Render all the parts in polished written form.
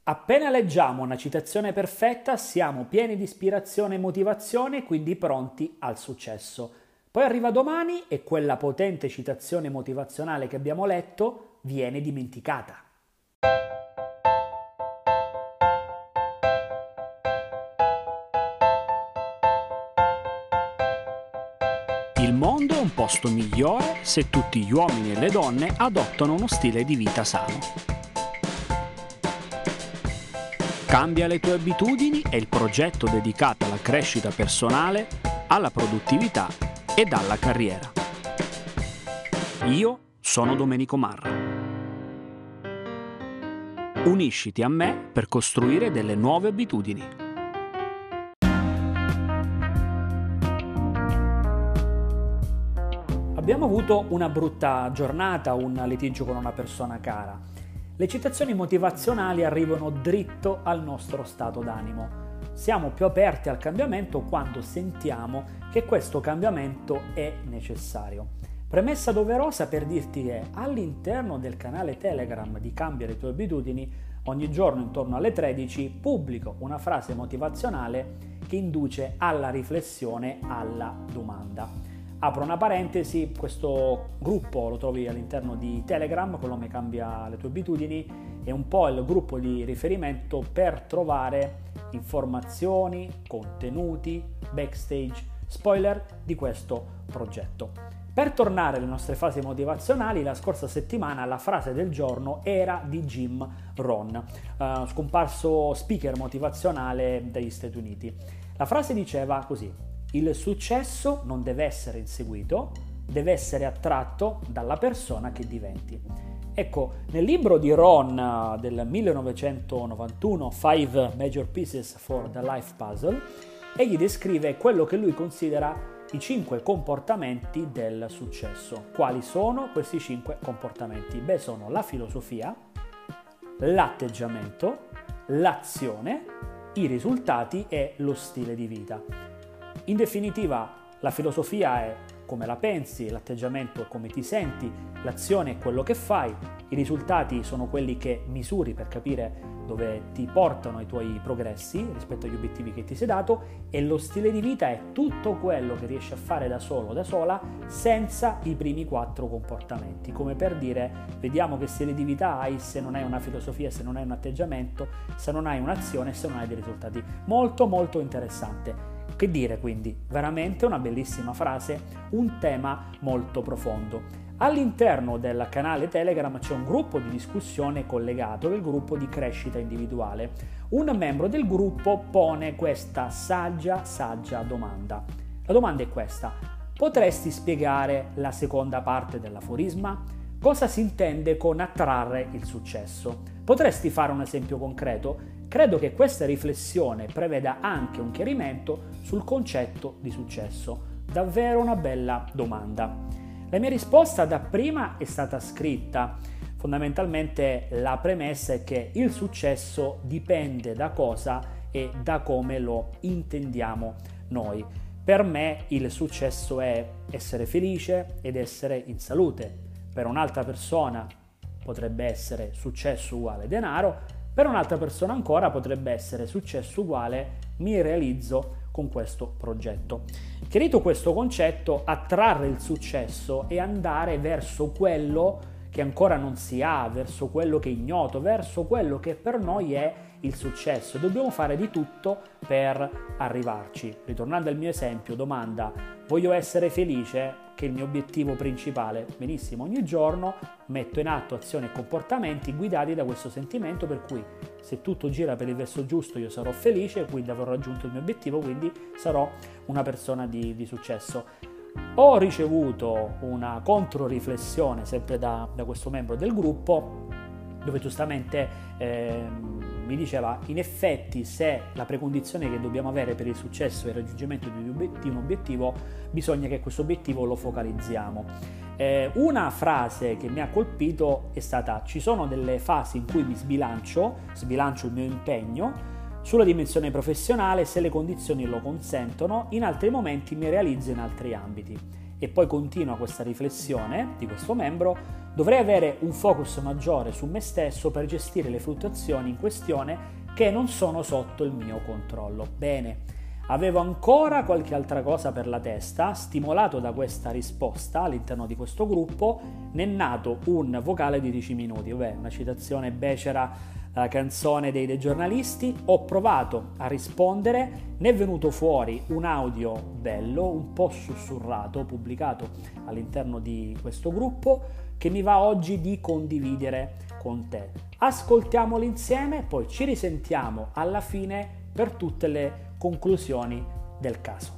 Appena leggiamo una citazione perfetta siamo pieni di ispirazione e motivazione, quindi pronti al successo. Poi arriva domani e quella potente citazione motivazionale che abbiamo letto viene dimenticata. Il mondo è un posto migliore se tutti gli uomini e le donne adottano uno stile di vita sano. Cambia le tue abitudini è il progetto dedicato alla crescita personale, alla produttività ed alla carriera. Io sono Domenico Marra. Unisciti a me per costruire delle nuove abitudini. Abbiamo avuto una brutta giornata, un litigio con una persona cara. Le citazioni motivazionali arrivano dritto al nostro stato d'animo. Siamo più aperti al cambiamento quando sentiamo che questo cambiamento è necessario. Premessa doverosa per dirti che all'interno del canale Telegram di Cambia le tue abitudini, ogni giorno intorno alle 13 pubblico una frase motivazionale che induce alla riflessione, alla domanda. Apro una parentesi, questo gruppo lo trovi all'interno di Telegram, quello che cambia le tue abitudini, è un po' il gruppo di riferimento per trovare informazioni, contenuti, backstage, spoiler di questo progetto. Per tornare alle nostre fasi motivazionali, la scorsa settimana la frase del giorno era di Jim Rohn, scomparso speaker motivazionale degli Stati Uniti. La frase diceva così: il successo non deve essere inseguito, deve essere attratto dalla persona che diventi. Ecco, nel libro di Rohn del 1991, Five Major Pieces for the Life Puzzle, egli descrive quello che lui considera i 5 comportamenti del successo. Quali sono questi 5 comportamenti? Beh, sono la filosofia, l'atteggiamento, l'azione, i risultati e lo stile di vita. In definitiva, la filosofia è come la pensi, l'atteggiamento è come ti senti, l'azione è quello che fai, i risultati sono quelli che misuri per capire dove ti portano i tuoi progressi rispetto agli obiettivi che ti sei dato, e lo stile di vita è tutto quello che riesci a fare da solo o da sola senza i primi 4 comportamenti. Come per dire, vediamo che stile di vita hai se non hai una filosofia, se non hai un atteggiamento, se non hai un'azione, se non hai dei risultati. Molto molto interessante. Che dire quindi? Veramente una bellissima frase, un tema molto profondo. All'interno del canale Telegram c'è un gruppo di discussione collegato, che è il gruppo di crescita individuale. Un membro del gruppo pone questa saggia domanda. La domanda è questa: potresti spiegare la seconda parte dell'aforisma? Cosa si intende con attrarre il successo? Potresti fare un esempio concreto? Credo che questa riflessione preveda anche un chiarimento sul concetto di successo. Davvero una bella domanda. La mia risposta dapprima è stata scritta. Fondamentalmente la premessa è che il successo dipende da cosa e da come lo intendiamo noi. Per me il successo è essere felice ed essere in salute. Per un'altra persona potrebbe essere successo uguale denaro, per un'altra persona ancora potrebbe essere successo uguale mi realizzo con questo progetto. Chiarito questo concetto, attrarre il successo e andare verso quello che ancora non si ha, verso quello che è ignoto, verso quello che per noi è il successo. Dobbiamo fare di tutto per arrivarci. Ritornando al mio esempio, domanda: voglio essere felice, che è il mio obiettivo principale? Benissimo, ogni giorno metto in atto azioni e comportamenti guidati da questo sentimento, per cui se tutto gira per il verso giusto io sarò felice, quindi avrò raggiunto il mio obiettivo, quindi sarò una persona di successo. Ho ricevuto una controriflessione sempre da questo membro del gruppo, dove giustamente mi diceva: in effetti, se la precondizione che dobbiamo avere per il successo è il raggiungimento di un obiettivo, bisogna che questo obiettivo lo focalizziamo. Una frase che mi ha colpito è stata: ci sono delle fasi in cui mi sbilancio il mio impegno sulla dimensione professionale se le condizioni lo consentono, in altri momenti mi realizzo in altri ambiti. e poi continua questa riflessione di questo membro, dovrei avere un focus maggiore su me stesso per gestire le fluttuazioni in questione che non sono sotto il mio controllo. Bene. Avevo ancora qualche altra cosa per la testa, stimolato da questa risposta all'interno di questo gruppo, ne è nato un vocale di 10 minuti, una citazione becera, canzone dei giornalisti. Ho provato a rispondere, ne è venuto fuori un audio bello, un po' sussurrato, pubblicato all'interno di questo gruppo, che mi va oggi di condividere con te. Ascoltiamolo insieme, poi ci risentiamo alla fine per tutte le conclusioni del caso.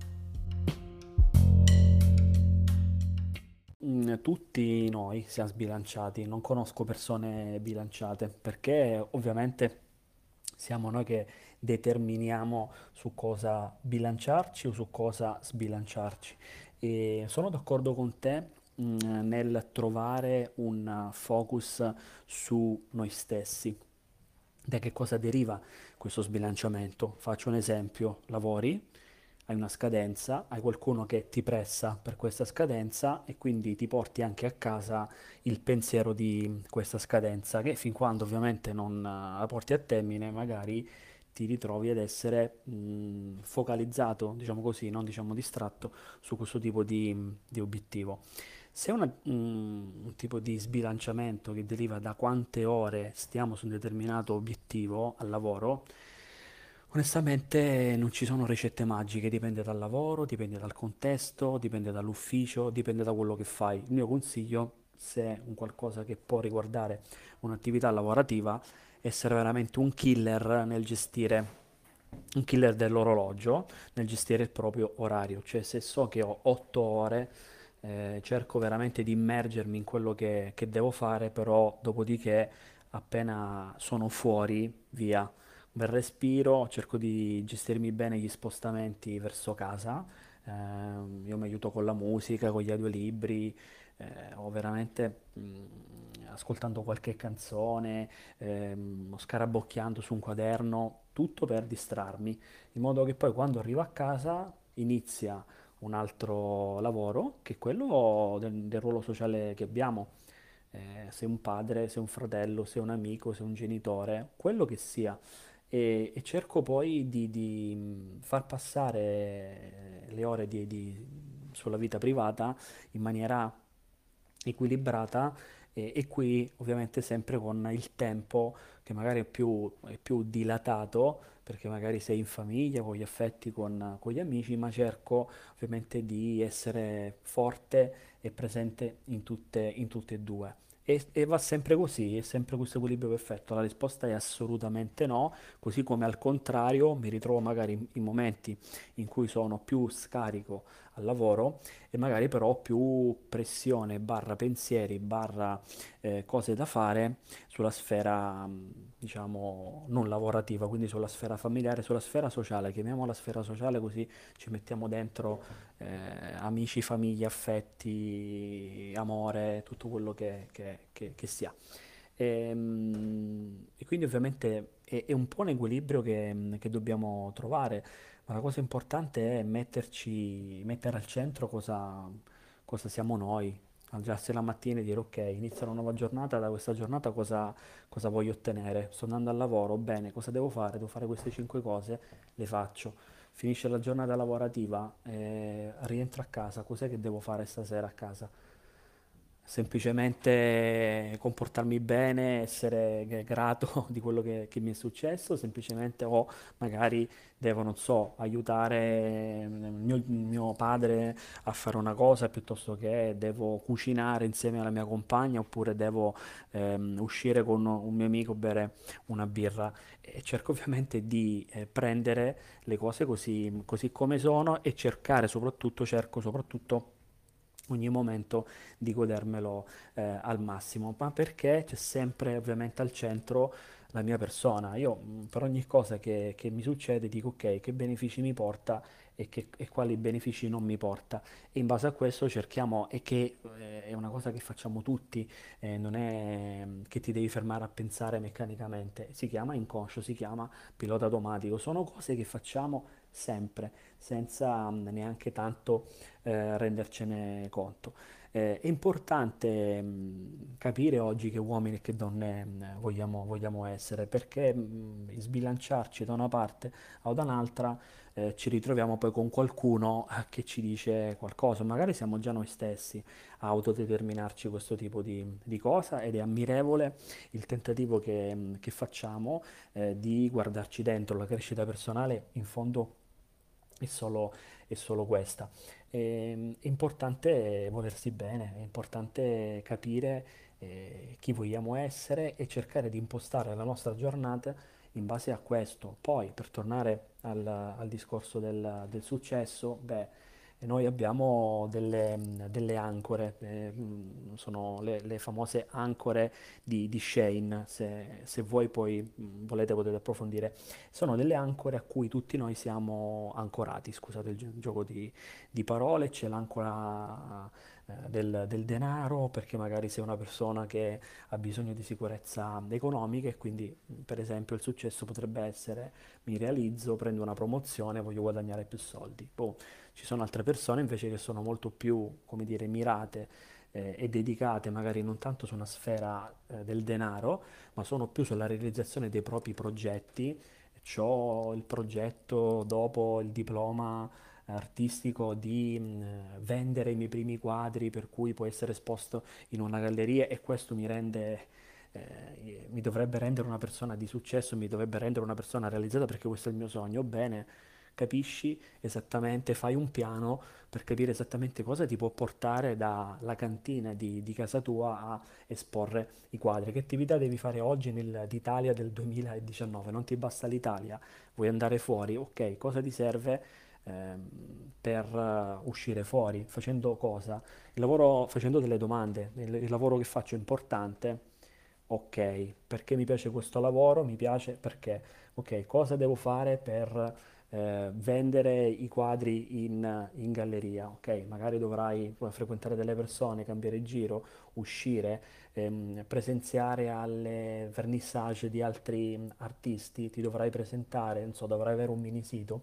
Tutti noi siamo sbilanciati, non conosco persone bilanciate, perché ovviamente siamo noi che determiniamo su cosa bilanciarci o su cosa sbilanciarci. E sono d'accordo con te nel trovare un focus su noi stessi. Da che cosa deriva questo sbilanciamento? Faccio un esempio: lavori, hai una scadenza, hai qualcuno che ti pressa per questa scadenza e quindi ti porti anche a casa il pensiero di questa scadenza, che fin quando ovviamente non la porti a termine, magari ti ritrovi ad essere focalizzato, diciamo così, non diciamo distratto, su questo tipo di obiettivo. Se è un tipo di sbilanciamento che deriva da quante ore stiamo su un determinato obiettivo al lavoro, onestamente non ci sono ricette magiche, dipende dal lavoro, dipende dal contesto, dipende dall'ufficio, dipende da quello che fai. Il mio consiglio, se è un qualcosa che può riguardare un'attività lavorativa, è essere veramente un killer nel gestire, un killer dell'orologio, nel gestire il proprio orario. Cioè, se so che ho 8 ore, cerco veramente di immergermi in quello che devo fare, però dopodiché appena sono fuori, via, un bel respiro, cerco di gestirmi bene gli spostamenti verso casa. Io mi aiuto con la musica, con gli audiolibri, o veramente ascoltando qualche canzone, o scarabocchiando su un quaderno, tutto per distrarmi, in modo che poi quando arrivo a casa inizia un altro lavoro, che è quello del ruolo sociale che abbiamo. Sei un padre, sei un fratello, sei un amico, sei un genitore, quello che sia. E cerco poi di far passare le ore sulla vita privata in maniera equilibrata, e qui ovviamente sempre con il tempo che magari è più dilatato, perché magari sei in famiglia, con gli affetti, con gli amici, ma cerco ovviamente di essere forte e presente in tutte e due. E va sempre così, è sempre questo equilibrio perfetto. La risposta è assolutamente no, così come al contrario mi ritrovo magari in momenti in cui sono più scarico al lavoro e magari però ho più pressione, barra pensieri, barra cose da fare sulla sfera, diciamo, non lavorativa, quindi sulla sfera familiare, sulla sfera sociale, chiamiamola sfera sociale così ci mettiamo dentro amici, famiglia, affetti, amore, tutto quello che si ha. E quindi ovviamente è un po' un equilibrio che dobbiamo trovare, ma la cosa importante è mettere al centro cosa siamo noi, alzarsi la mattina e dire ok, inizia una nuova giornata, da questa giornata cosa voglio ottenere? Sto andando al lavoro, bene, cosa devo fare? Devo fare queste 5 cose, le faccio. Finisce la giornata lavorativa, rientro a casa, cos'è che devo fare stasera a casa? Semplicemente comportarmi bene, essere grato di quello che mi è successo, semplicemente o magari devo, non so, aiutare mio padre a fare una cosa piuttosto che devo cucinare insieme alla mia compagna oppure devo uscire con un mio amico a bere una birra. E cerco ovviamente di prendere le cose così come sono e cerco soprattutto ogni momento di godermelo al massimo, ma perché c'è sempre ovviamente al centro la mia persona. Io per ogni cosa che mi succede dico ok, che benefici mi porta e quali benefici non mi porta. E in base a questo cerchiamo, e che è una cosa che facciamo tutti, non è che ti devi fermare a pensare meccanicamente, si chiama inconscio, si chiama pilota automatico, sono cose che facciamo sempre, senza neanche tanto rendercene conto. È importante capire oggi che uomini e che donne vogliamo essere, perché sbilanciarci da una parte o da un'altra ci ritroviamo poi con qualcuno che ci dice qualcosa, magari siamo già noi stessi a autodeterminarci questo tipo di cosa ed è ammirevole il tentativo che facciamo di guardarci dentro. La crescita personale in fondo è solo questa. È importante volersi bene, è importante capire chi vogliamo essere e cercare di impostare la nostra giornata in base a questo. Poi, per tornare al discorso del successo, beh, noi abbiamo delle ancore, sono le famose ancore di Shane, se voi poi volete potete approfondire. Sono delle ancore a cui tutti noi siamo ancorati, scusate il gioco di parole, c'è l'ancora del denaro, perché magari sei una persona che ha bisogno di sicurezza economica e quindi per esempio il successo potrebbe essere mi realizzo, prendo una promozione, voglio guadagnare più soldi. Boh. Ci sono altre persone invece che sono molto più, come dire, mirate e dedicate magari non tanto su una sfera del denaro, ma sono più sulla realizzazione dei propri progetti. C'ho il progetto dopo il diploma artistico di vendere i miei primi quadri per cui può essere esposto in una galleria e questo mi dovrebbe rendere una persona di successo, mi dovrebbe rendere una persona realizzata perché questo è il mio sogno. Bene, capisci esattamente, fai un piano per capire esattamente cosa ti può portare dalla cantina di casa tua a esporre i quadri. Che attività devi fare oggi nell'Italia del 2019? Non ti basta l'Italia, vuoi andare fuori? Ok, cosa ti serve per uscire fuori? Facendo cosa? Facendo delle domande. Il lavoro che faccio è importante. Ok, perché mi piace questo lavoro? Mi piace perché, ok, cosa devo fare per vendere i quadri in galleria? Ok, magari dovrai frequentare delle persone, cambiare giro, uscire, presenziare alle vernissage di altri artisti, ti dovrai presentare, non so, dovrai avere un mini sito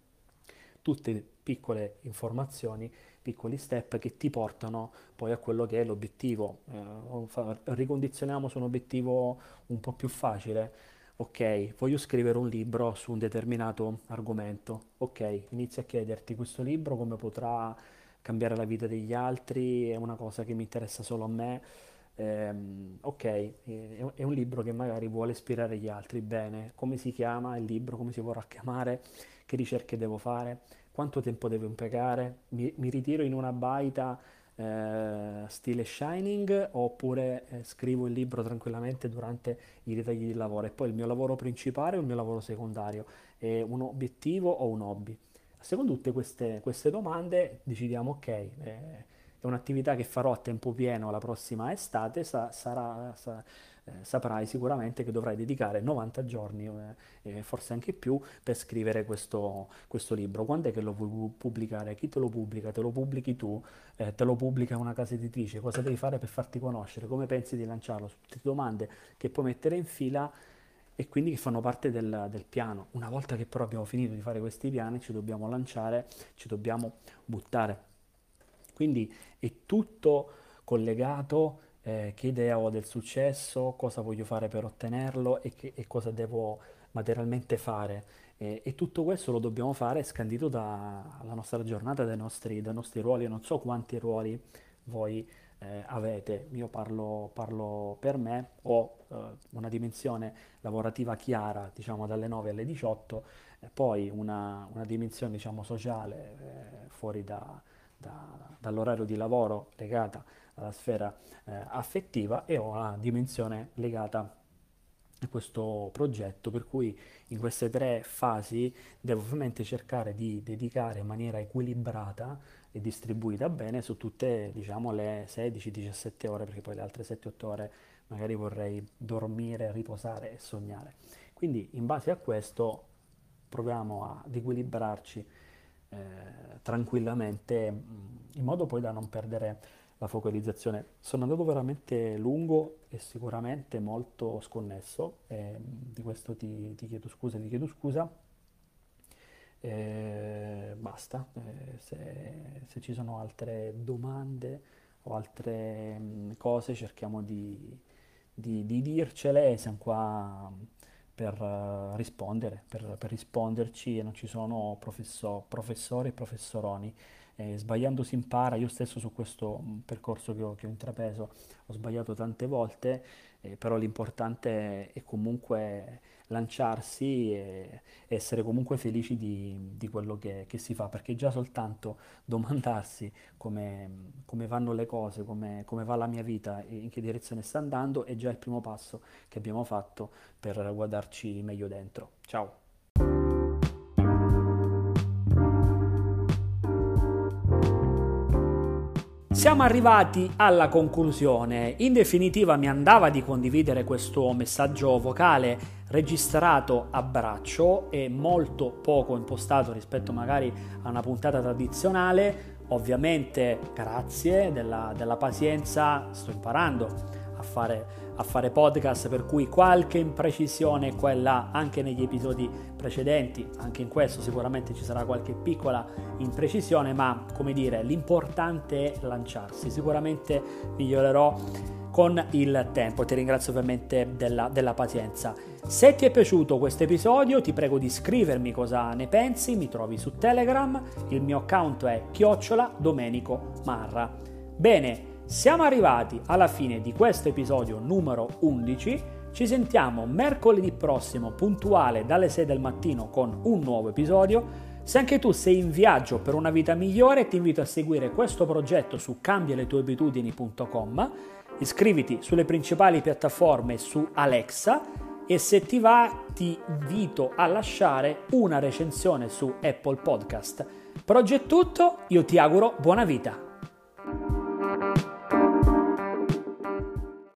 tutte piccole informazioni, piccoli step che ti portano poi a quello che è l'obiettivo. Ricondizioniamo su un obiettivo un po' più facile. Ok, voglio scrivere un libro su un determinato argomento. Ok, inizia a chiederti questo libro come potrà cambiare la vita degli altri, è una cosa che mi interessa solo a me. Ok, è un libro che magari vuole ispirare gli altri. Bene, come si chiama il libro? Come si vorrà chiamare? Che ricerche devo fare? Quanto tempo devo impiegare? Mi ritiro in una baita stile Shining oppure scrivo il libro tranquillamente durante i ritagli di lavoro? E poi il mio lavoro principale o il mio lavoro secondario? È un obiettivo o un hobby? Secondo tutte queste domande decidiamo, ok, è un'attività che farò a tempo pieno la prossima estate, saprai sicuramente che dovrai dedicare 90 giorni, forse anche più, per scrivere questo libro. Quando è che lo vuoi pubblicare? Chi te lo pubblica? Te lo pubblichi tu? Te lo pubblica una casa editrice? Cosa devi fare per farti conoscere? Come pensi di lanciarlo? Sono tutte domande che puoi mettere in fila e quindi che fanno parte del piano. Una volta che però abbiamo finito di fare questi piani, ci dobbiamo lanciare, ci dobbiamo buttare. Quindi è tutto collegato, che idea ho del successo, cosa voglio fare per ottenerlo e cosa devo materialmente fare. E tutto questo lo dobbiamo fare scandito dalla nostra giornata, dai nostri ruoli. Io non so quanti ruoli voi avete, io parlo per me, ho una dimensione lavorativa chiara, diciamo dalle 9 alle 18, poi una dimensione diciamo sociale fuori dall'orario di lavoro legata alla sfera affettiva e ho una dimensione legata a questo progetto, per cui in queste tre fasi devo ovviamente cercare di dedicare in maniera equilibrata e distribuita bene su tutte, diciamo, le 16-17 ore, perché poi le altre 7-8 ore magari vorrei dormire, riposare e sognare. Quindi in base a questo proviamo ad equilibrarci tranquillamente, in modo poi da non perdere la focalizzazione. Sono andato veramente lungo e sicuramente molto sconnesso, di questo ti chiedo scusa. Basta. Se ci sono altre domande o altre cose, cerchiamo di dircele, e siamo qua per rispondere, per risponderci, e non ci sono professori e professoroni. Sbagliando si impara. Io stesso su questo percorso che ho intrapreso ho sbagliato tante volte, però l'importante è comunque lanciarsi e essere comunque felici di quello che si fa, perché già soltanto domandarsi come vanno le cose, come va la mia vita e in che direzione sta andando, è già il primo passo che abbiamo fatto per guardarci meglio dentro. Ciao! Siamo arrivati alla conclusione. In definitiva, mi andava di condividere questo messaggio vocale registrato a braccio e molto poco impostato rispetto magari a una puntata tradizionale. Ovviamente grazie della pazienza, sto imparando a fare podcast, per cui qualche imprecisione qua e là anche negli episodi precedenti, anche in questo sicuramente ci sarà qualche piccola imprecisione, ma come dire, l'importante è lanciarsi. Sicuramente migliorerò con il tempo. Ti ringrazio ovviamente della pazienza. Se ti è piaciuto questo episodio, ti prego di scrivermi cosa ne pensi. Mi trovi su Telegram, il mio account è @domenicomarra. Bene, siamo arrivati alla fine di questo episodio numero 11. Ci sentiamo mercoledì prossimo puntuale dalle 6 del mattino con un nuovo episodio. Se anche tu sei in viaggio per una vita migliore, ti invito a seguire questo progetto su cambialetueabitudini.com. Iscriviti sulle principali piattaforme su Alexa, e se ti va ti invito a lasciare una recensione su Apple Podcast. Per oggi è tutto, io ti auguro buona vita.